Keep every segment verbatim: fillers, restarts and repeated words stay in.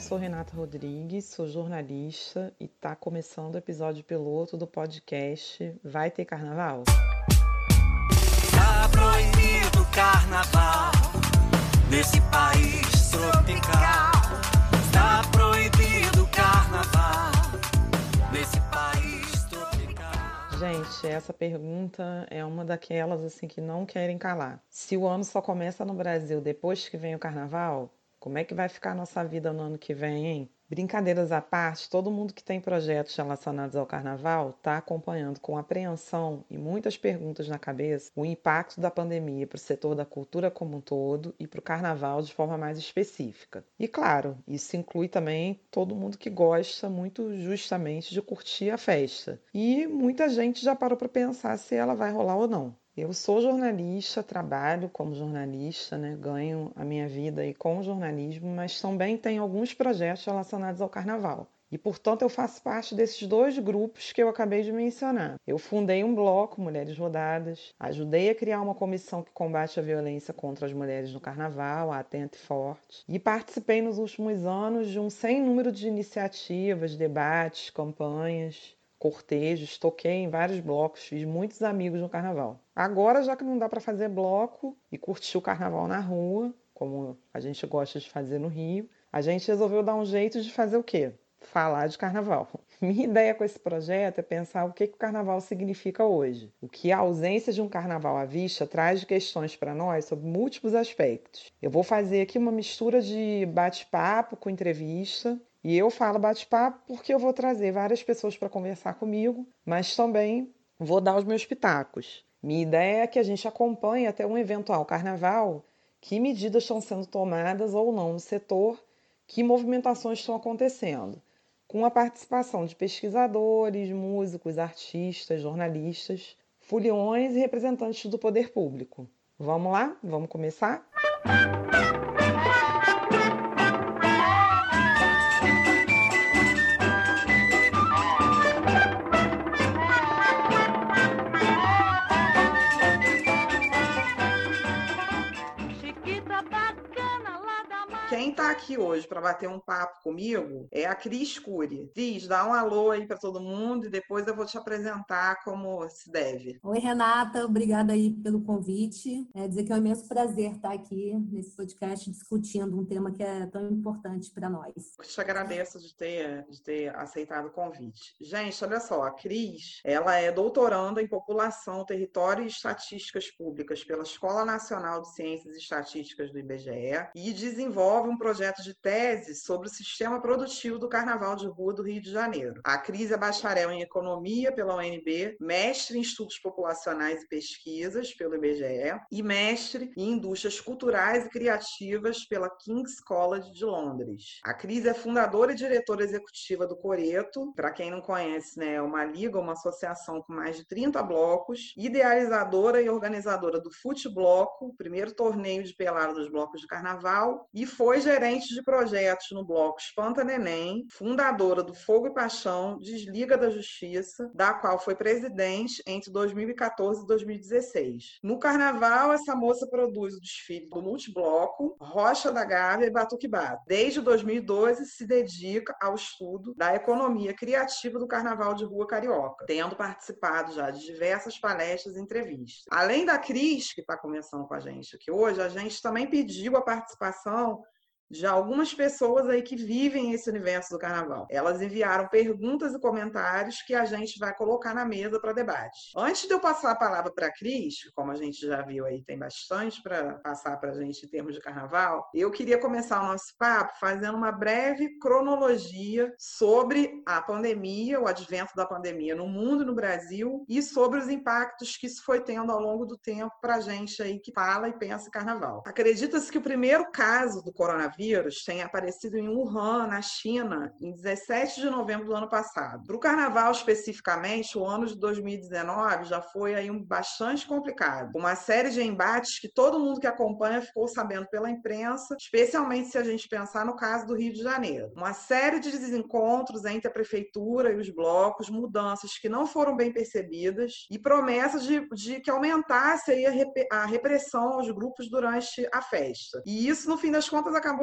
sou Renata Rodrigues, sou jornalista e tá começando o episódio piloto do podcast Vai Ter Carnaval? Tá proibido carnaval nesse país tropical. Tá proibido carnaval nesse país tropical. Gente, essa pergunta é uma daquelas assim que não querem calar. Se o ano só começa no Brasil depois que vem o carnaval, como é que vai ficar a nossa vida no ano que vem, hein? Brincadeiras à parte, todo mundo que tem projetos relacionados ao carnaval está acompanhando com apreensão e muitas perguntas na cabeça o impacto da pandemia para o setor da cultura como um todo e para o carnaval de forma mais específica. E claro, isso inclui também todo mundo que gosta muito justamente de curtir a festa. E muita gente já parou para pensar se ela vai rolar ou não. Eu sou jornalista, trabalho como jornalista, né? Ganho a minha vida aí com o jornalismo, mas também tenho alguns projetos relacionados ao carnaval. E, portanto, eu faço parte desses dois grupos que eu acabei de mencionar. Eu fundei um bloco, Mulheres Rodadas, ajudei a criar uma comissão que combate a violência contra as mulheres no carnaval, a Atenta e Forte, e participei nos últimos anos de um sem número de iniciativas, debates, campanhas, cortejos, toquei em vários blocos, fiz muitos amigos no carnaval. Agora, já que não dá para fazer bloco e curtir o carnaval na rua, como a gente gosta de fazer no Rio, a gente resolveu dar um jeito de fazer o quê? Falar de carnaval. Minha ideia com esse projeto é pensar o que, que o carnaval significa hoje. O que a ausência de um carnaval à vista traz de questões para nós sobre múltiplos aspectos. Eu vou fazer aqui uma mistura de bate-papo com entrevista. E eu falo bate-papo porque eu vou trazer várias pessoas para conversar comigo, mas também vou dar os meus pitacos. Minha ideia é que a gente acompanhe até um eventual carnaval que medidas estão sendo tomadas ou não no setor, que movimentações estão acontecendo, com a participação de pesquisadores, músicos, artistas, jornalistas, foliões e representantes do poder público. Vamos lá? Vamos começar? Quem está aqui hoje para bater um papo comigo é a Cris Cury. Cris, dá um alô aí para todo mundo e depois eu vou te apresentar como se deve. Oi, Renata, obrigada aí pelo convite. É dizer que é um imenso prazer estar aqui nesse podcast discutindo um tema que é tão importante para nós. Eu te agradeço de ter, de ter aceitado o convite. Gente, olha só, a Cris, ela é doutoranda em População, Território e Estatísticas Públicas pela Escola Nacional de Ciências e Estatísticas do I B G E e desenvolve um projeto de tese sobre o sistema produtivo do Carnaval de Rua do Rio de Janeiro. A Cris é bacharel em Economia pela U N B, mestre em Estudos Populacionais e Pesquisas pelo I B G E e mestre em Indústrias Culturais e Criativas pela King's College de Londres. A Cris é fundadora e diretora executiva do Coreto, para quem não conhece, né, é uma liga, uma associação com mais de trinta blocos, idealizadora e organizadora do Fute Bloco, o primeiro torneio de pelada dos blocos de carnaval, e foi gerente de projetos no bloco Espanta Neném, fundadora do Fogo e Paixão, Desliga da Justiça, da qual foi presidente entre dois mil e quatorze e dois mil e dezesseis. No carnaval, essa moça produz o desfile do Multibloco, Rocha da Gávea e Batuque Batu. Desde dois mil e doze, se dedica ao estudo da economia criativa do Carnaval de Rua Carioca, tendo participado já de diversas palestras e entrevistas. Além da Cris, que está começando com a gente aqui hoje, a gente também pediu a participação de algumas pessoas aí que vivem esse universo do carnaval. Elas enviaram perguntas e comentários que a gente vai colocar na mesa para debate. Antes de eu passar a palavra para a Cris, como a gente já viu aí, tem bastante para passar para a gente em termos de carnaval, eu queria começar o nosso papo fazendo uma breve cronologia sobre a pandemia, o advento da pandemia no mundo e no Brasil, e sobre os impactos que isso foi tendo ao longo do tempo para a gente aí que fala e pensa em carnaval. Acredita-se que o primeiro caso do coronavírus tenha aparecido em Wuhan, na China, em dezessete de novembro do ano passado. Para o carnaval, especificamente, o ano de dois mil e dezenove já foi aí um bastante complicado. Uma série de embates que todo mundo que acompanha ficou sabendo pela imprensa, especialmente se a gente pensar no caso do Rio de Janeiro. Uma série de desencontros entre a prefeitura e os blocos, mudanças que não foram bem percebidas e promessas de, de que aumentasse aí a, rep- a repressão aos grupos durante a festa. E isso, no fim das contas, acabou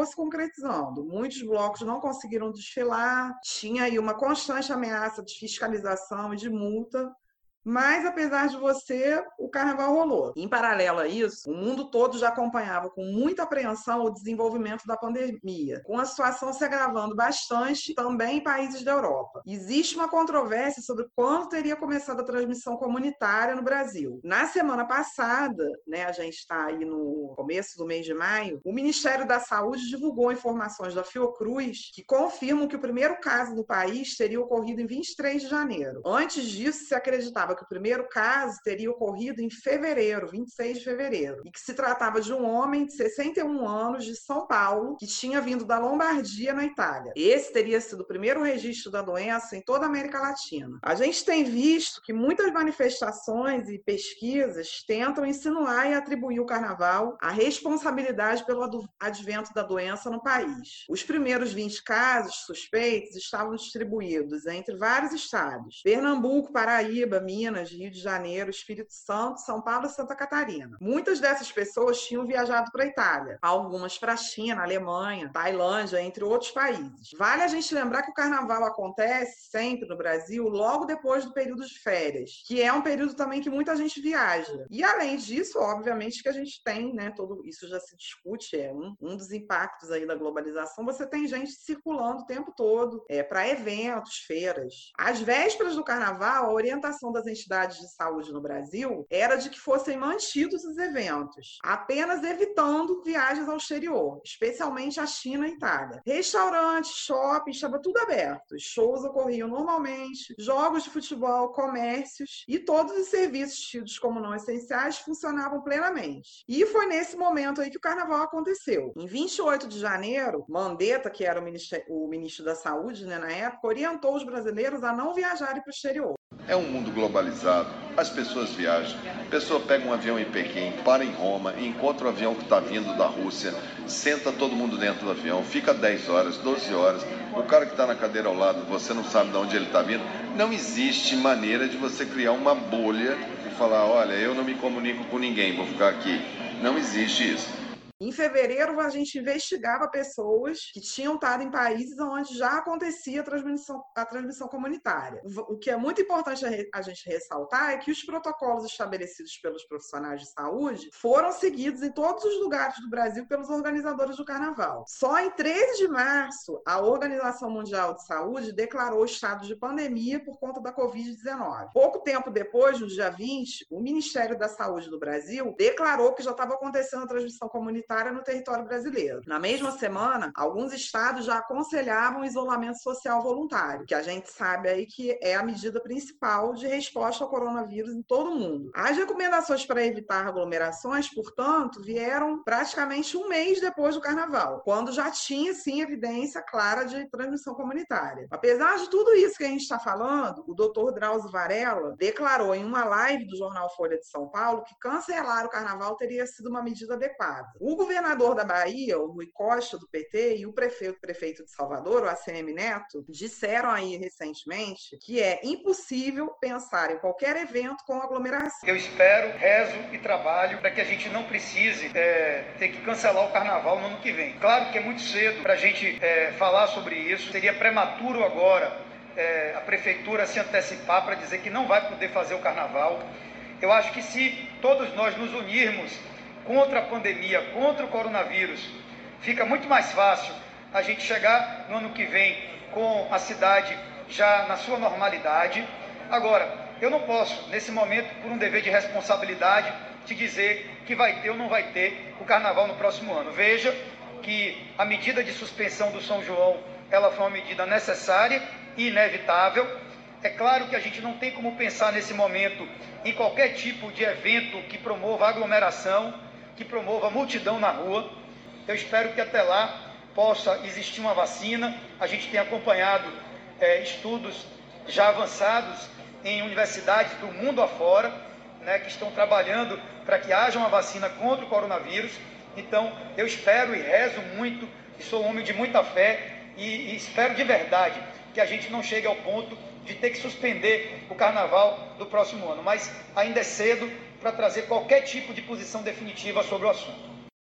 se concretizando. Muitos blocos não conseguiram desfilar, tinha aí uma constante ameaça de fiscalização e de multa. Mas, apesar de você, o carnaval rolou. Em paralelo a isso, o mundo todo já acompanhava com muita apreensão o desenvolvimento da pandemia, com a situação se agravando bastante também em países da Europa. Existe uma controvérsia sobre quando teria começado a transmissão comunitária no Brasil. Na semana passada, né, a gente está aí no começo do mês de maio, o Ministério da Saúde divulgou informações da Fiocruz que confirmam que o primeiro caso no país teria ocorrido em vinte e três de janeiro. Antes disso, se acreditava que o primeiro caso teria ocorrido em fevereiro, vinte e seis de fevereiro, e que se tratava de um homem de sessenta e um anos de São Paulo que tinha vindo da Lombardia, na Itália. Esse teria sido o primeiro registro da doença em toda a América Latina. A gente tem visto que muitas manifestações e pesquisas tentam insinuar e atribuir o carnaval à responsabilidade pelo advento da doença no país. Os primeiros vinte casos suspeitos estavam distribuídos entre vários estados: Pernambuco, Paraíba, Minas, Rio de Janeiro, Espírito Santo, São Paulo e Santa Catarina. Muitas dessas pessoas tinham viajado para a Itália, algumas para a China, Alemanha, Tailândia, entre outros países. Vale a gente lembrar que o carnaval acontece sempre no Brasil logo depois do período de férias, que é um período também que muita gente viaja. E além disso, obviamente que a gente tem, né, todo isso já se discute, é um, um dos impactos aí da globalização, você tem gente circulando o tempo todo, é, para eventos, feiras. Às vésperas do carnaval, a orientação das entidades de saúde no Brasil era de que fossem mantidos os eventos, apenas evitando viagens ao exterior, especialmente à China e Itália. Restaurantes, shoppings, estava tudo aberto. Shows ocorriam normalmente, jogos de futebol, comércios e todos os serviços tidos como não essenciais funcionavam plenamente. E foi nesse momento aí que o carnaval aconteceu. Em vinte e oito de janeiro, Mandetta, que era o ministro, o ministro da Saúde, né, na época, orientou os brasileiros a não viajarem para o exterior. É um mundo globalizado, as pessoas viajam, a pessoa pega um avião em Pequim, para em Roma, encontra o avião que está vindo da Rússia, senta todo mundo dentro do avião, fica dez horas, doze horas, o cara que está na cadeira ao lado, você não sabe de onde ele está vindo. Não existe maneira de você criar uma bolha e falar, olha, eu não me comunico com ninguém, vou ficar aqui. Não existe isso. Em fevereiro, a gente investigava pessoas que tinham estado em países onde já acontecia a transmissão, a transmissão comunitária. O que é muito importante a gente ressaltar é que os protocolos estabelecidos pelos profissionais de saúde foram seguidos em todos os lugares do Brasil pelos organizadores do carnaval. Só em treze de março, a Organização Mundial de Saúde declarou estado de pandemia por conta da covid dezenove. Pouco tempo depois, no dia vinte, o Ministério da Saúde do Brasil declarou que já estava acontecendo a transmissão comunitária no território brasileiro. Na mesma semana, alguns estados já aconselhavam isolamento social voluntário, que a gente sabe aí que é a medida principal de resposta ao coronavírus em todo o mundo. As recomendações para evitar aglomerações, portanto, vieram praticamente um mês depois do carnaval, quando já tinha, sim, evidência clara de transmissão comunitária. Apesar de tudo isso que a gente está falando, o doutor Drauzio Varella declarou em uma live do jornal Folha de São Paulo que cancelar o carnaval teria sido uma medida adequada. O governador da Bahia, o Rui Costa, do P T, e o prefeito, prefeito de Salvador, o A C M Neto, disseram aí recentemente que é impossível pensar em qualquer evento com aglomeração. Eu espero, rezo e trabalho para que a gente não precise é, ter que cancelar o carnaval no ano que vem. Claro que é muito cedo para a gente é, falar sobre isso, seria prematuro agora é, a prefeitura se antecipar para dizer que não vai poder fazer o carnaval. Eu acho que se todos nós nos unirmos contra a pandemia, contra o coronavírus, fica muito mais fácil a gente chegar no ano que vem com a cidade já na sua normalidade. Agora, eu não posso, nesse momento, por um dever de responsabilidade, te dizer que vai ter ou não vai ter o carnaval no próximo ano. Veja que a medida de suspensão do São João, ela foi uma medida necessária e inevitável. É claro que a gente não tem como pensar nesse momento em qualquer tipo de evento que promova aglomeração, que promova multidão na rua. Eu espero que até lá possa existir uma vacina. A gente tem acompanhado é, estudos já avançados em universidades do mundo afora, né, que estão trabalhando para que haja uma vacina contra o coronavírus. Então, eu espero e rezo muito, e sou um homem de muita fé, e, e espero de verdade que a gente não chegue ao ponto de ter que suspender o carnaval do próximo ano. Mas ainda é cedo para trazer qualquer tipo de posição definitiva sobre o assunto.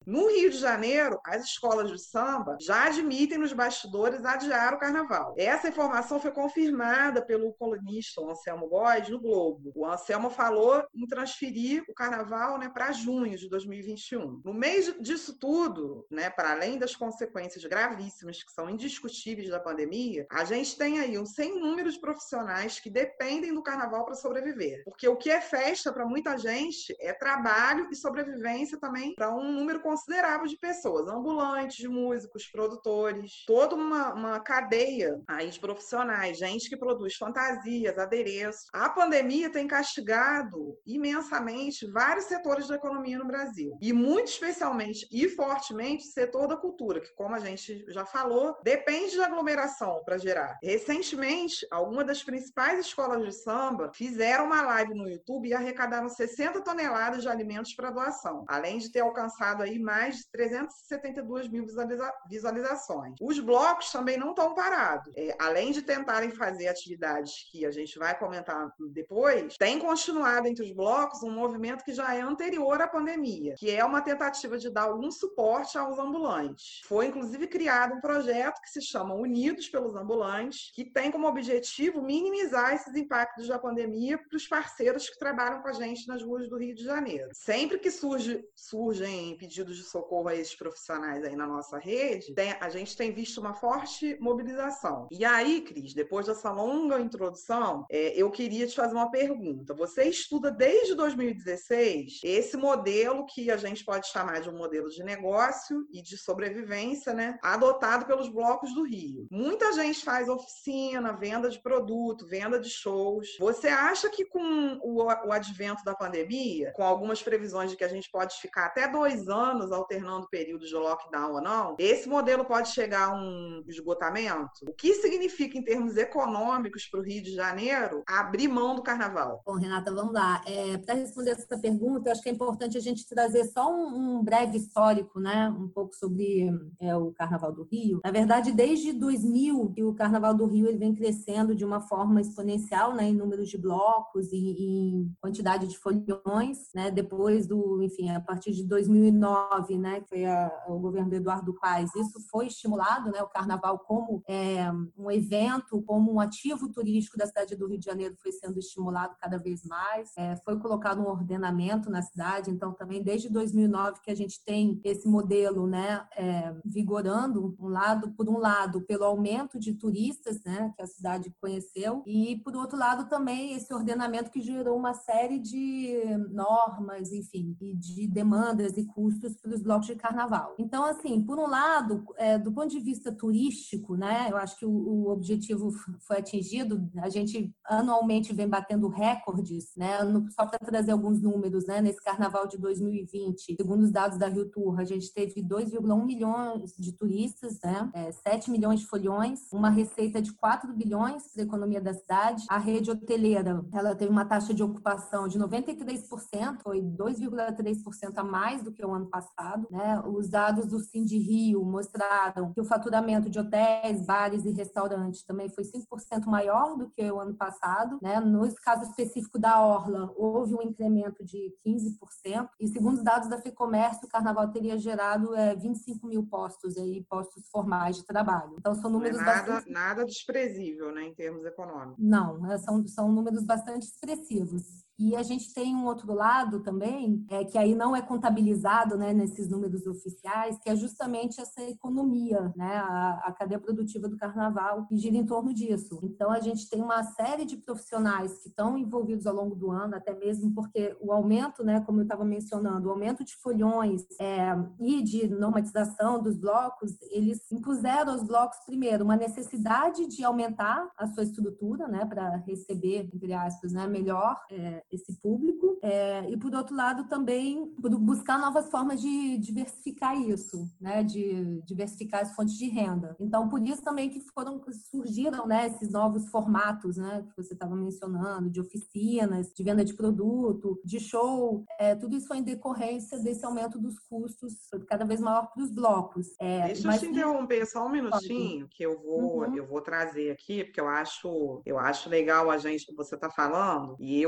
No Rio de Janeiro, as escolas de samba já admitem nos bastidores adiar o carnaval. Essa informação foi confirmada pelo colunista Anselmo Góes no Globo. O Anselmo falou em transferir o carnaval, né, para junho de dois mil e vinte e um. No meio disso tudo, né, para além das consequências gravíssimas que são indiscutíveis da pandemia, a gente tem aí um sem número de profissionais que dependem do carnaval para sobreviver. Porque o que é festa para muita gente é trabalho e sobrevivência também para um número considerável de pessoas, ambulantes, músicos, produtores, toda uma, uma cadeia aí de profissionais, gente que produz fantasias, adereços. A pandemia tem castigado imensamente vários setores da economia no Brasil, e muito especialmente e fortemente o setor da cultura, que, como a gente já falou, depende de aglomeração para gerar. Recentemente, algumas das principais escolas de samba fizeram uma live no YouTube e arrecadaram sessenta toneladas de alimentos para doação, além de ter alcançado aí mais de trezentas e setenta e duas mil visualiza- visualizações. Os blocos também não estão parados. É, além de tentarem fazer atividades que a gente vai comentar depois, tem continuado entre os blocos um movimento que já é anterior à pandemia, que é uma tentativa de dar algum suporte aos ambulantes. Foi, inclusive, criado um projeto que se chama Unidos pelos Ambulantes, que tem como objetivo minimizar esses impactos da pandemia para os parceiros que trabalham com a gente nas ruas do Rio de Janeiro. Sempre que surge, surgem pedidos de socorro a esses profissionais aí na nossa rede, tem, a gente tem visto uma forte mobilização. E aí, Cris, depois dessa longa introdução, é, eu queria te fazer uma pergunta. Você estuda desde dois mil e dezesseis esse modelo que a gente pode chamar de um modelo de negócio e de sobrevivência, né, adotado pelos blocos do Rio. Muita gente faz oficina, venda de produto, venda de shows. Você acha que com o, o advento da pandemia, com algumas previsões de que a gente pode ficar até dois anos alternando períodos de lockdown ou não, esse modelo pode chegar a um esgotamento? O que significa, em termos econômicos, para o Rio de Janeiro, abrir mão do carnaval? Bom, Renata, vamos lá. É, para responder essa pergunta, eu acho que é importante a gente trazer só um, um breve histórico, né? Um pouco sobre é, o Carnaval do Rio. Na verdade, desde dois mil, que o Carnaval do Rio ele vem crescendo de uma forma exponencial, né? Em números de blocos e em quantidade de foliões, né? Depois do, enfim, a partir de dois mil e nove, né? Que foi a, o governo do Eduardo Paes, isso foi estimulado, né? O Carnaval como é, um evento, como um ativo turístico da cidade do Rio de Janeiro foi sendo estimulado cada vez mais. É, foi colocado um ordenamento na cidade, então também desde dois mil e nove que a gente tem esse modelo, né, é, vigorando, um lado, por um lado, pelo aumento de turistas, né, que a cidade conheceu, e por outro lado também esse ordenamento que gerou uma série de normas, enfim, e de demandas e custos para os blocos de carnaval. Então, assim, por um lado, é, do ponto de vista turístico, né, eu acho que o, o objetivo foi atingido. A gente anualmente vem batendo recordes, né, no, só para trazer alguns números, né, nesse carnaval de dois mil e vinte, segundo os dados da Rio Tour, a gente teve dois vírgula um milhões de turistas, né, é, sete milhões de foliões, uma receita de quatro bilhões para a economia da cidade. A rede hoteleira, ela teve uma taxa de ocupação de noventa e três por cento, foi dois vírgula três por cento a mais do que o ano passado, né? Os dados do Cindy Rio mostraram que o faturamento de hotéis, bares e restaurantes também foi cinco por cento maior do que o ano passado, né? No caso específico da Orla, houve um incremento de quinze por cento, e segundo os dados da FEComércio, o carnaval teria gerado é, vinte e cinco mil postos, aí, postos formais de trabalho. Então, são números Não é nada, bastante... nada desprezível, né, em termos econômicos. Não, são, são números bastante expressivos. E a gente tem um outro lado também, é, que aí não é contabilizado, né, nesses números oficiais, que é justamente essa economia, né, a, a cadeia produtiva do carnaval, que gira em torno disso. Então, a gente tem uma série de profissionais que estão envolvidos ao longo do ano, até mesmo porque o aumento, né, como eu estava mencionando, o aumento de folhões é, e de normatização dos blocos, eles impuseram aos blocos, primeiro, uma necessidade de aumentar a sua estrutura, né, para receber, entre aspas, né, melhor é, esse público, é, e por outro lado também buscar novas formas de diversificar isso, né, de diversificar as fontes de renda. Então, por isso também que foram, surgiram, né, esses novos formatos, né, que você estava mencionando, de oficinas, de venda de produto, de show, é, tudo isso foi em decorrência desse aumento dos custos cada vez maior para os blocos. É, Deixa mas eu te interromper só um minutinho, que eu vou, Uhum. eu vou trazer aqui, porque eu acho, eu acho legal a gente, você está falando, e eu tenho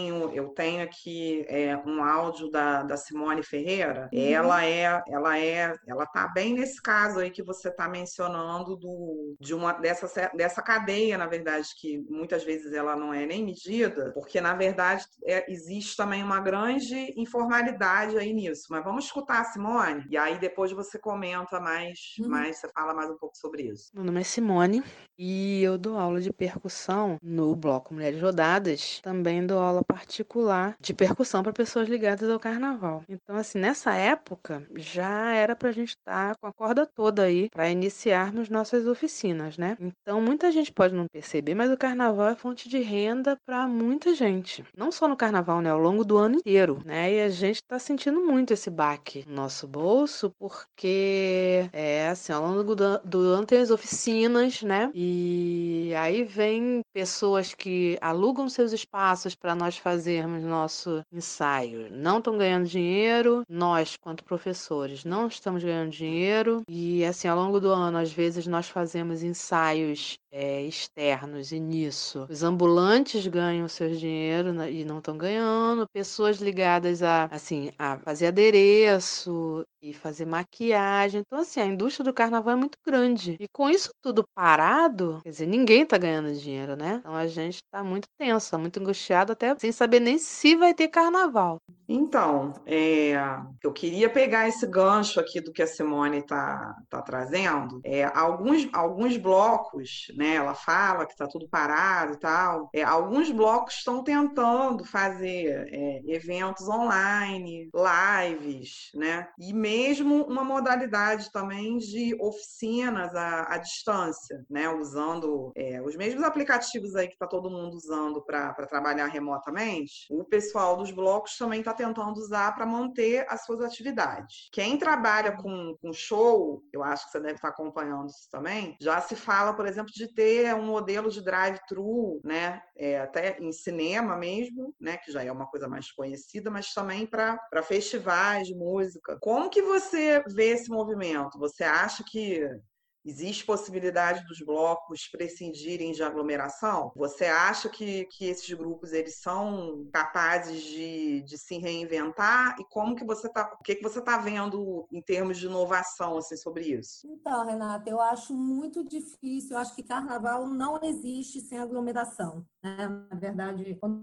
tenho, eu tenho aqui é, um áudio da, da Simone Ferreira. Uhum. Ela é, ela é, ela tá bem nesse caso aí que você está mencionando do, de uma dessa, dessa cadeia, na verdade, que muitas vezes ela não é nem medida, porque na verdade é, existe também uma grande informalidade aí nisso. Mas vamos escutar a Simone e aí depois você comenta mais, Uhum. mais você fala mais um pouco sobre isso. Meu nome é Simone e eu dou aula de percussão no Bloco Mulheres Rodadas. Também dou aula particular de percussão para pessoas ligadas ao carnaval. Então, assim, nessa época já era pra gente estar com a corda toda aí para iniciarmos nossas oficinas, né? Então, muita gente pode não perceber, mas o carnaval é fonte de renda para muita gente. Não só no carnaval, né? Ao longo do ano inteiro, né? E a gente tá sentindo muito esse baque no nosso bolso, porque é assim, ao longo do, do ano tem as oficinas, né? E aí vem pessoas que alugam seus espaços para nós fazermos nosso ensaio. Não estão ganhando dinheiro, nós, quanto professores, não estamos ganhando dinheiro. E assim, ao longo do ano, às vezes nós fazemos ensaios é, externos e nisso os ambulantes ganham seu dinheiro né, e não estão ganhando. Pessoas ligadas a, assim, a fazer adereço e fazer maquiagem. Então, assim, a indústria do carnaval é muito grande. E com isso tudo parado, quer dizer, ninguém tá ganhando dinheiro, né? Então a gente tá muito tenso, muito angustiado, até sem saber nem se vai ter carnaval. Então, é, eu queria pegar esse gancho aqui do que a Simone está tá trazendo. É, alguns, alguns blocos, né, ela fala que está tudo parado e tal. É, alguns blocos estão tentando fazer é, eventos online, lives, né? E mesmo uma modalidade também de oficinas à, à distância, né? Usando é, os mesmos aplicativos aí que está todo mundo usando para trabalhar remotamente. O pessoal dos blocos também está tentando usar para manter as suas atividades. Quem trabalha com, com show, eu acho que você deve estar acompanhando isso também, já se fala, por exemplo, de ter um modelo de drive-thru, né? É, até em cinema mesmo, né? Que já é uma coisa mais conhecida, mas também para festivais de música. Como que você vê esse movimento? Você acha que existe possibilidade dos blocos prescindirem de aglomeração? Você acha que, que esses grupos eles são capazes de, de se reinventar? E como que você tá, o que, que você está vendo em termos de inovação assim, sobre isso? Então, Renata, eu acho muito difícil. Eu acho que carnaval não existe sem aglomeração, né? Na verdade, quando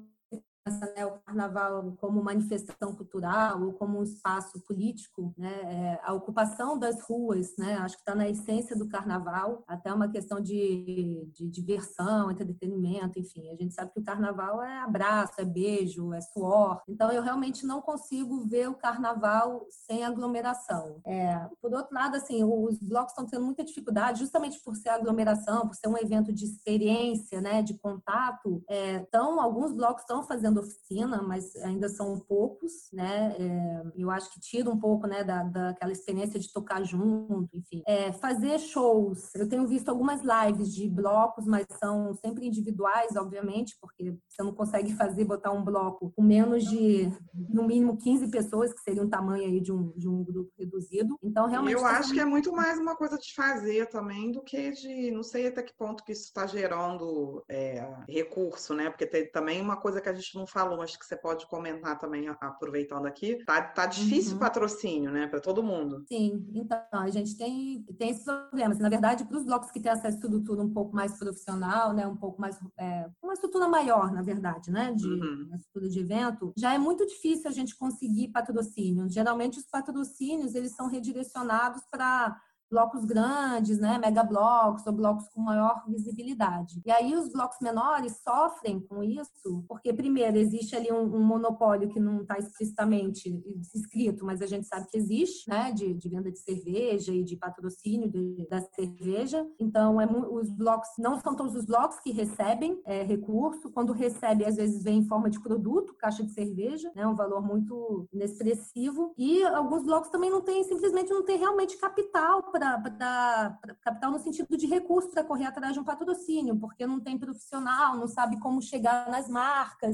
né, o carnaval como manifestação cultural ou como um espaço político, né, é, a ocupação das ruas, né, acho que está na essência do carnaval, até uma questão de, de diversão, entretenimento, enfim, a gente sabe que o carnaval é abraço, é beijo, é suor, então eu realmente não consigo ver o carnaval sem aglomeração. É, por outro lado, assim, os blocos estão tendo muita dificuldade, justamente por ser aglomeração, por ser um evento de experiência, né, de contato, é, então alguns blocos estão fazendo oficina, mas ainda são poucos, né? É, eu acho que tira um pouco, né, da, daquela experiência de tocar junto, enfim. É, fazer shows, eu tenho visto algumas lives de blocos, mas são sempre individuais, obviamente, porque você não consegue fazer, botar um bloco com menos de, no mínimo, quinze pessoas, que seria um tamanho aí de um, de um grupo reduzido. Então, realmente... Eu tá acho sendo... que é muito mais uma coisa de fazer também do que de... Não sei até que ponto que isso está gerando é, recurso, né? Porque tem também uma coisa que a gente não falou, acho que você pode comentar também, aproveitando aqui. Tá, tá difícil Uhum. o patrocínio, né? Para todo mundo. Sim, então, a gente tem, tem esses problemas. Na verdade, para os blocos que têm essa estrutura um pouco mais profissional, né? Um pouco mais... É, uma estrutura maior, na verdade, né? De Uhum. uma estrutura de evento, já é muito difícil a gente conseguir patrocínio. Geralmente, os patrocínios, eles são redirecionados para blocos grandes, né, mega blocos ou blocos com maior visibilidade. E aí os blocos menores sofrem com isso, porque primeiro existe ali um, um monopólio que não está explicitamente escrito, mas a gente sabe que existe, né, de, de venda de cerveja e de patrocínio de, da cerveja. Então, é, os blocos, não são todos os blocos que recebem é, recurso. Quando recebe, às vezes vem em forma de produto, caixa de cerveja, né, um valor muito inexpressivo. E alguns blocos também não têm, simplesmente não tem realmente capital para capital no sentido de recurso para correr atrás de um patrocínio, porque não tem profissional, não sabe como chegar nas marcas.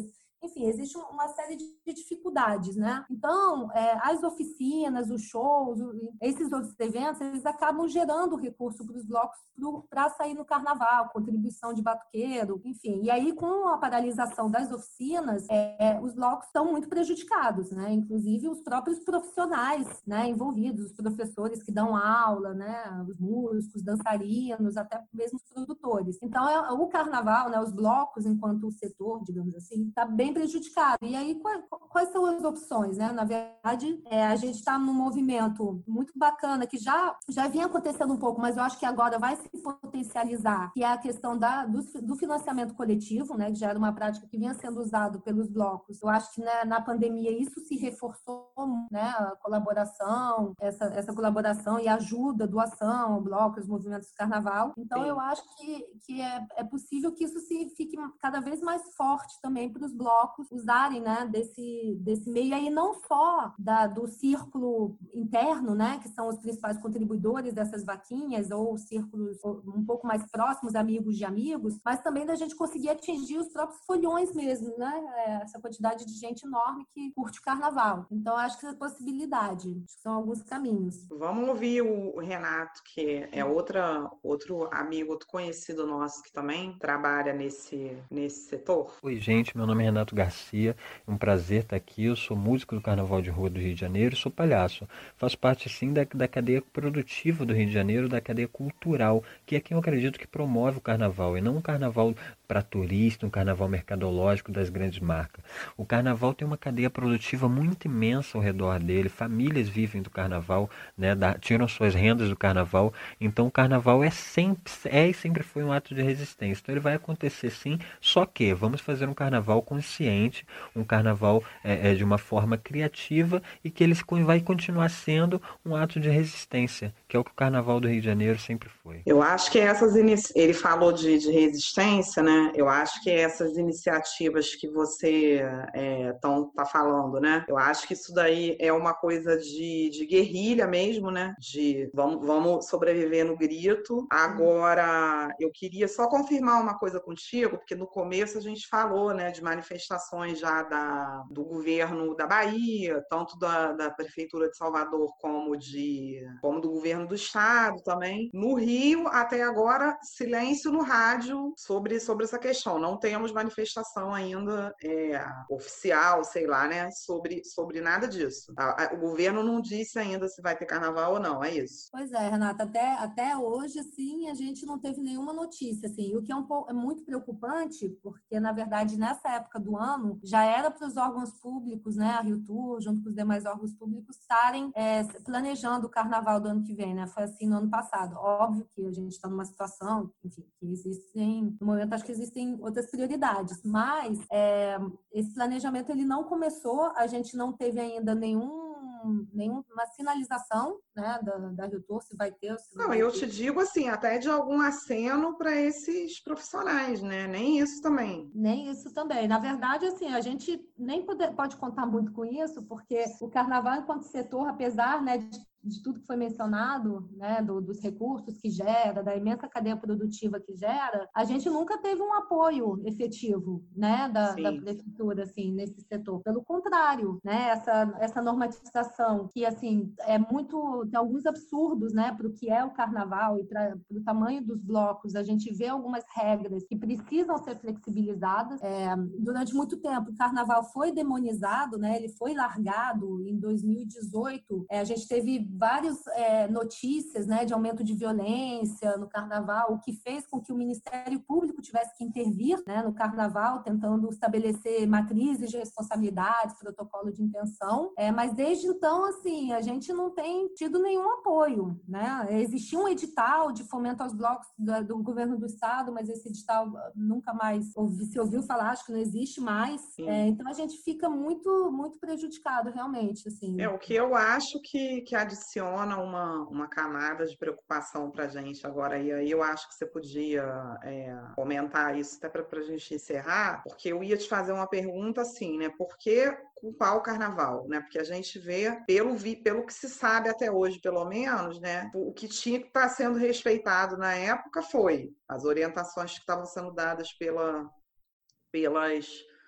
enfim, existe uma série de dificuldades, né? Então, é, as oficinas, os shows, esses outros eventos, eles acabam gerando recurso para os blocos para sair no carnaval, contribuição de batuqueiro, enfim. E aí, com a paralisação das oficinas, é, os blocos estão muito prejudicados, né? Inclusive os próprios profissionais, né, envolvidos, os professores que dão aula, né, os músicos, dançarinos, até mesmo os produtores. Então, é, o carnaval, né, os blocos, enquanto setor, digamos assim, está bem prejudicado. E aí, quais, quais são as opções, né? Na verdade, é, a gente está num movimento muito bacana que já, já vinha acontecendo um pouco, mas eu acho que agora vai se potencializar, que é a questão da, do, do financiamento coletivo, né, que já era uma prática que vinha sendo usado pelos blocos. Eu acho que, né, na pandemia isso se reforçou, né, a colaboração, essa, essa colaboração e ajuda, doação ao bloco, os movimentos de carnaval. Então, Sim. eu acho que, que é, é possível que isso se fique cada vez mais forte também para os blocos usarem, né, desse, desse meio. E aí não só da, do círculo interno, né, que são os principais contribuidores dessas vaquinhas, ou círculos um pouco mais próximos, amigos de amigos, mas também da gente conseguir atingir os próprios folhões mesmo, né? Essa quantidade de gente enorme que curte o carnaval. Então, acho que é possibilidade. Acho que são alguns caminhos. Vamos ouvir o Renato, que é outra, outro amigo, outro conhecido nosso que também trabalha nesse, nesse setor. Oi, gente. Meu nome é Renato Garcia. É um prazer estar aqui. Eu sou músico do Carnaval de Rua do Rio de Janeiro, sou palhaço. Faço parte, sim, da, da cadeia produtiva do Rio de Janeiro, da cadeia cultural, que é quem eu acredito que promove o carnaval, e não um carnaval para turista, um carnaval mercadológico das grandes marcas. O carnaval tem uma cadeia produtiva muito imensa ao redor dele, famílias vivem do carnaval, né, da, tiram suas rendas do carnaval, então o carnaval é sempre, é e sempre foi um ato de resistência. Então ele vai acontecer sim, só que vamos fazer um carnaval consciente, um carnaval é, é, de uma forma criativa e que ele vai continuar sendo um ato de resistência, que é o que o carnaval do Rio de Janeiro sempre foi. Eu acho que essas inici... ele falou de, de resistência, né? Eu acho que essas iniciativas que você é, tão, tá falando, né? Eu acho que isso daí é uma coisa de, de guerrilha mesmo, né? De vamos, vamos sobreviver no grito. Agora, eu queria só confirmar uma coisa contigo, porque no começo a gente falou, né, de manifestações já da, do governo da Bahia, tanto da, da Prefeitura de Salvador como, de, como do governo do Estado também. No Rio, até agora, silêncio no rádio sobre, sobre essa questão. Não temos manifestação ainda é, oficial, sei lá, né, sobre, sobre nada disso. A, a, o governo não disse ainda se vai ter carnaval ou não, é isso? Pois é, Renata, até, até hoje, assim, a gente não teve nenhuma notícia, assim, o que é, um pouco, é muito preocupante, porque, na verdade, nessa época do ano, já era para os órgãos públicos, né, a Rio Tour, junto com os demais órgãos públicos, estarem é, planejando o carnaval do ano que vem, né, foi assim no ano passado. Óbvio que a gente está numa situação, enfim, que existem, no momento acho que existem outras prioridades, mas é, esse planejamento ele não começou, a gente não teve ainda nenhum nenhuma sinalização, né, da, da Rio Tour, se vai ter ou se não, não eu te digo assim, até de algum aceno para esses profissionais, né? Nem isso também. Nem isso também. Na verdade, assim, a gente nem pode, pode contar muito com isso, porque o carnaval, enquanto setor, apesar, né, de de tudo que foi mencionado, né, do, dos recursos que gera, da imensa cadeia produtiva que gera, a gente nunca teve um apoio efetivo, né, da, da prefeitura, assim, nesse setor. Pelo contrário, né, essa, essa normatização que, assim, é muito, tem alguns absurdos, né, para o que é o carnaval e para o tamanho dos blocos, a gente vê algumas regras que precisam ser flexibilizadas. É, durante muito tempo, o carnaval foi demonizado, né, ele foi largado em dois mil e dezoito, é, a gente teve várias é, notícias, né, de aumento de violência no carnaval, o que fez com que o Ministério Público tivesse que intervir, né, no carnaval, tentando estabelecer matrizes de responsabilidades, protocolo de intenção. É, mas desde então, assim, a gente não tem tido nenhum apoio, né? Existia um edital de fomento aos blocos do, do governo do estado, mas esse edital nunca mais ouvi, se ouviu falar, acho que não existe mais. É, então a gente fica muito, muito prejudicado, realmente, assim. É o que eu acho que, que adiciona uma, uma camada de preocupação para a gente agora, e aí eu acho que você podia é, comentar isso até para a gente encerrar, porque eu ia te fazer uma pergunta assim, né? Por que culpar o carnaval, né? Porque a gente vê, pelo, pelo que se sabe até hoje, pelo menos, né? O que tinha que estar sendo respeitado na época foi as orientações que estavam sendo dadas pela, pelas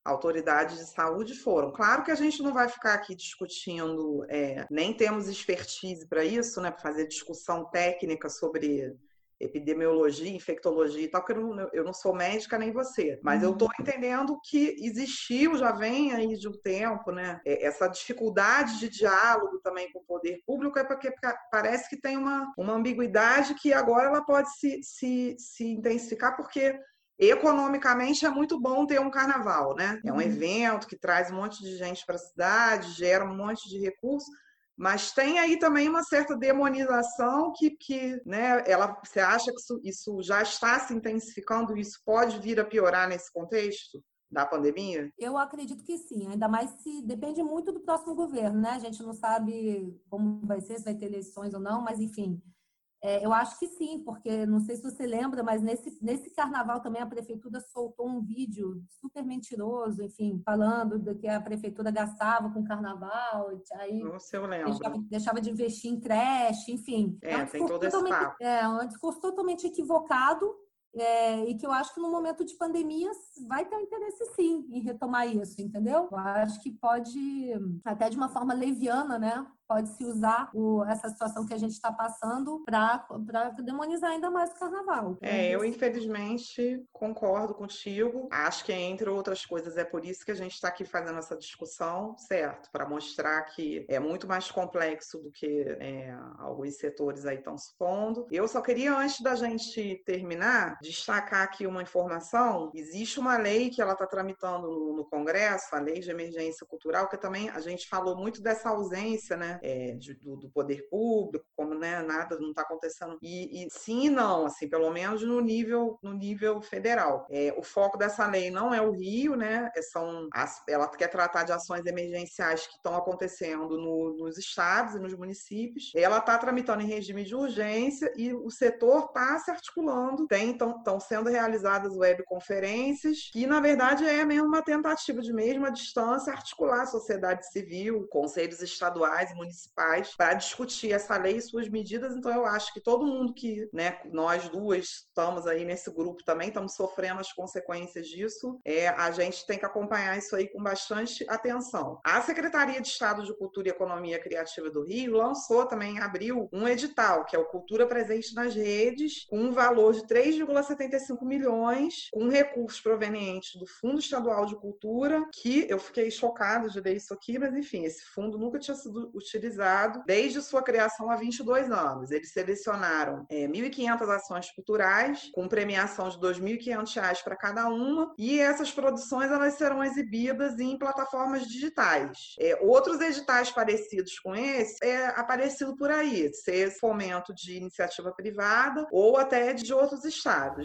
autoridades de saúde foram. Claro que a gente não vai ficar aqui discutindo, é, nem temos expertise para isso, né, para fazer discussão técnica sobre epidemiologia, infectologia e tal, porque eu não, eu não sou médica nem você, mas eu estou entendendo que existiu, já vem aí de um tempo, né, essa dificuldade de diálogo também com o poder público, é porque parece que tem uma, uma ambiguidade que agora ela pode se, se, se intensificar, porque economicamente é muito bom ter um carnaval, né? É um evento que traz um monte de gente para a cidade, gera um monte de recursos, mas tem aí também uma certa demonização que, que né, ela, você acha que isso, isso já está se intensificando e isso pode vir a piorar nesse contexto da pandemia? Eu acredito que sim, ainda mais se depende muito do próximo governo, né? A gente não sabe como vai ser, se vai ter eleições ou não, mas enfim, é, eu acho que sim, porque não sei se você lembra, mas nesse, nesse carnaval também a prefeitura soltou um vídeo super mentiroso, enfim, falando do que a prefeitura gastava com carnaval, aí Nossa, eu lembro. Deixava, deixava de investir em creche, enfim. É, é um tem todo esse papo. É um discurso totalmente equivocado. É, e que eu acho que no momento de pandemia vai ter um interesse sim em retomar isso, entendeu? Eu acho que pode, até de uma forma leviana, né? Pode-se usar o, essa situação que a gente está passando para demonizar ainda mais o carnaval. É, eu infelizmente concordo contigo. Acho que, entre outras coisas, é por isso que a gente está aqui fazendo essa discussão, certo? Para mostrar que é muito mais complexo do que é, alguns setores aí estão supondo. Eu só queria, antes da gente terminar, destacar aqui uma informação. Existe uma lei que ela está tramitando no, no Congresso, a Lei de Emergência Cultural, que também a gente falou muito dessa ausência, né? É, de, do, do poder público, como, né, nada não está acontecendo. E, e sim e não, assim, pelo menos no nível, no nível federal. É, o foco dessa lei não é o Rio, né? São as, ela quer tratar de ações emergenciais que estão acontecendo no, nos estados e nos municípios. Ela está tramitando em regime de urgência e o setor está se articulando. Estão sendo realizadas webconferências, que na verdade é mesmo uma tentativa de mesmo à distância articular a sociedade civil, conselhos estaduais e municipais para discutir essa lei e suas medidas. Então eu acho que todo mundo que, né, nós duas estamos aí nesse grupo também, estamos sofrendo as consequências disso, é, a gente tem que acompanhar isso aí com bastante atenção. A Secretaria de Estado de Cultura e Economia Criativa do Rio lançou também em abril um edital, que é o Cultura Presente nas Redes, com um valor de três vírgula setenta e cinco milhões, com recursos provenientes do Fundo Estadual de Cultura, que eu fiquei chocada de ler isso aqui, mas enfim, esse fundo nunca tinha sido utilizado desde sua criação há vinte e dois anos. Eles selecionaram é, mil e quinhentas ações culturais, com premiação de dois mil e quinhentos reais para cada uma, e essas produções elas serão exibidas em plataformas digitais. É, outros editais parecidos com esse é aparecido por aí, ser fomento de iniciativa privada ou até de outros estados.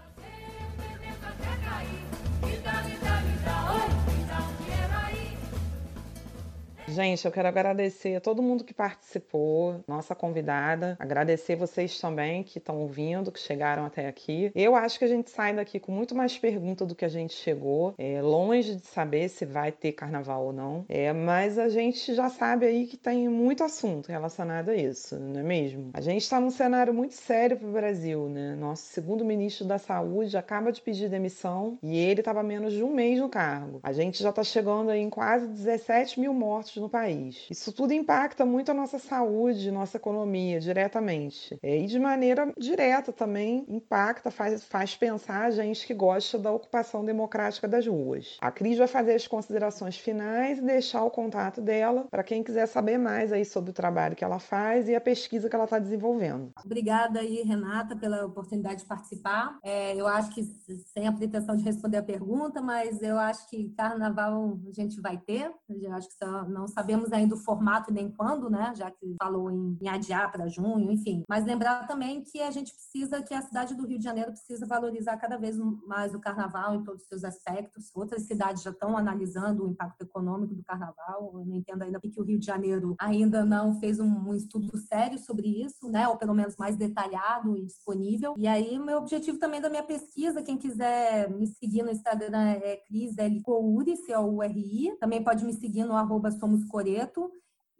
Gente, eu quero agradecer a todo mundo que participou, nossa convidada, agradecer vocês também que estão ouvindo, que chegaram até aqui. Eu acho que a gente sai daqui com muito mais perguntas do que a gente chegou, é, longe de saber se vai ter carnaval ou não, é, mas a gente já sabe aí que tem muito assunto relacionado a isso, não é mesmo? A gente está num cenário muito sério para o Brasil, né? Nosso segundo ministro da Saúde acaba de pedir demissão e ele estava menos de um mês no cargo. A gente já está chegando aí em quase dezessete mil mortos no país. Isso tudo impacta muito a nossa saúde, nossa economia, diretamente. É, e de maneira direta também impacta, faz, faz pensar a gente que gosta da ocupação democrática das ruas. A Cris vai fazer as considerações finais e deixar o contato dela para quem quiser saber mais aí sobre o trabalho que ela faz e a pesquisa que ela está desenvolvendo. Obrigada aí, Renata, pela oportunidade de participar. É, eu acho que, sem a pretensão de responder a pergunta, mas eu acho que carnaval a gente vai ter. Eu acho que só não sabemos ainda o formato nem quando, né? Já que falou em, em adiar para junho, enfim. Mas lembrar também que a gente precisa, que a cidade do Rio de Janeiro precisa valorizar cada vez mais o carnaval em todos os seus aspectos. Outras cidades já estão analisando o impacto econômico do carnaval. Eu não entendo ainda porque o Rio de Janeiro ainda não fez um, um estudo sério sobre isso, né? Ou pelo menos mais detalhado e disponível. E aí, o meu objetivo também da minha pesquisa, quem quiser me seguir no Instagram é Cris L. Couri, C O U R I. Também pode me seguir no arroba Somos Coreto.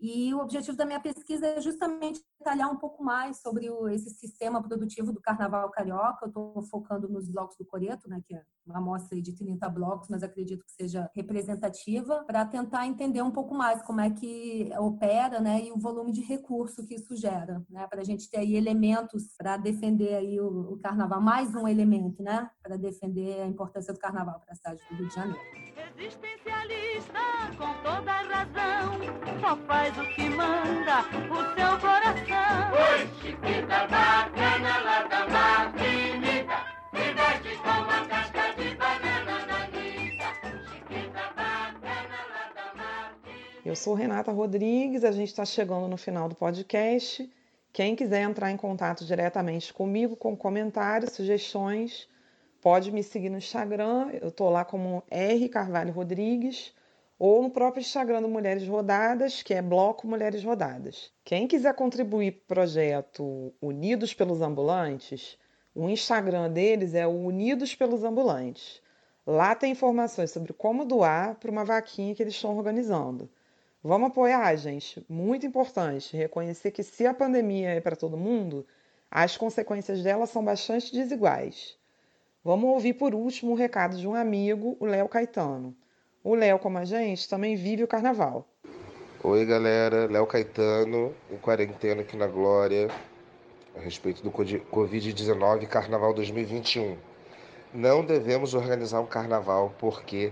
E o objetivo da minha pesquisa é justamente detalhar um pouco mais sobre o, esse sistema produtivo do carnaval carioca. Eu estou focando nos blocos do Coreto, né, que é uma amostra de trinta blocos, mas acredito que seja representativa, para tentar entender um pouco mais como é que opera, né, e o volume de recurso que isso gera, né, para a gente ter aí elementos para defender aí o, o carnaval, mais um elemento, né, para defender a importância do carnaval para a cidade do Rio de Janeiro. Existencialista com toda a razão, só faz o que manda o seu coração. Oi, Chiquita bacana lá da maquinita, me veste com uma casca de banana nanita. Chiquita bacana lá da maquinita. Eu sou Renata Rodrigues, a gente está chegando no final do podcast. Quem quiser entrar em contato diretamente comigo com comentários, sugestões, pode me seguir no Instagram, eu estou lá como R Carvalho Rodrigues, ou no próprio Instagram do Mulheres Rodadas, que é Bloco Mulheres Rodadas. Quem quiser contribuir para o projeto Unidos pelos Ambulantes, o Instagram deles é o Unidos pelos Ambulantes. Lá tem informações sobre como doar para uma vaquinha que eles estão organizando. Vamos apoiar, gente. Muito importante reconhecer que se a pandemia é para todo mundo, as consequências dela são bastante desiguais. Vamos ouvir por último o recado de um amigo, o Léo Caetano. O Léo, como a gente, também vive o carnaval. Oi, galera. Léo Caetano, em quarentena aqui na Glória, a respeito do covid dezenove Carnaval dois mil e vinte e um. Não devemos organizar um carnaval porque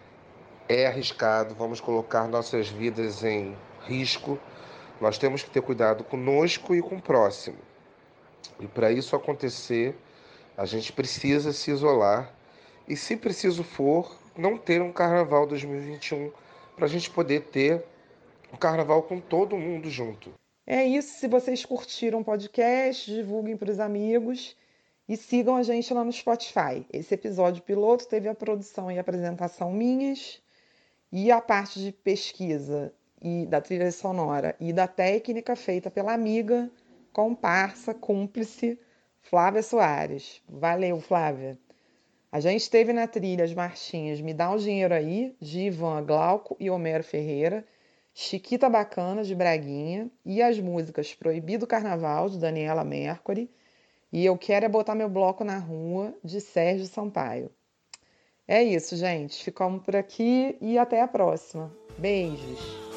é arriscado, vamos colocar nossas vidas em risco. Nós temos que ter cuidado conosco e com o próximo. E para isso acontecer, a gente precisa se isolar e, se preciso for, não ter um Carnaval dois mil e vinte e um para a gente poder ter um Carnaval com todo mundo junto. É isso. Se vocês curtiram o podcast, divulguem para os amigos e sigam a gente lá no Spotify. Esse episódio piloto teve a produção e apresentação minhas e a parte de pesquisa e da trilha sonora e da técnica feita pela amiga, comparsa, cúmplice, Flávia Soares. Valeu, Flávia. A gente teve na trilha as marchinhas Me Dá um Dinheiro Aí, de Ivan Glauco e Homero Ferreira, Chiquita Bacana, de Braguinha, e as músicas Proibido Carnaval, de Daniela Mercury, e Eu Quero é Botar Meu Bloco na Rua, de Sérgio Sampaio. É isso, gente. Ficamos por aqui e até a próxima. Beijos!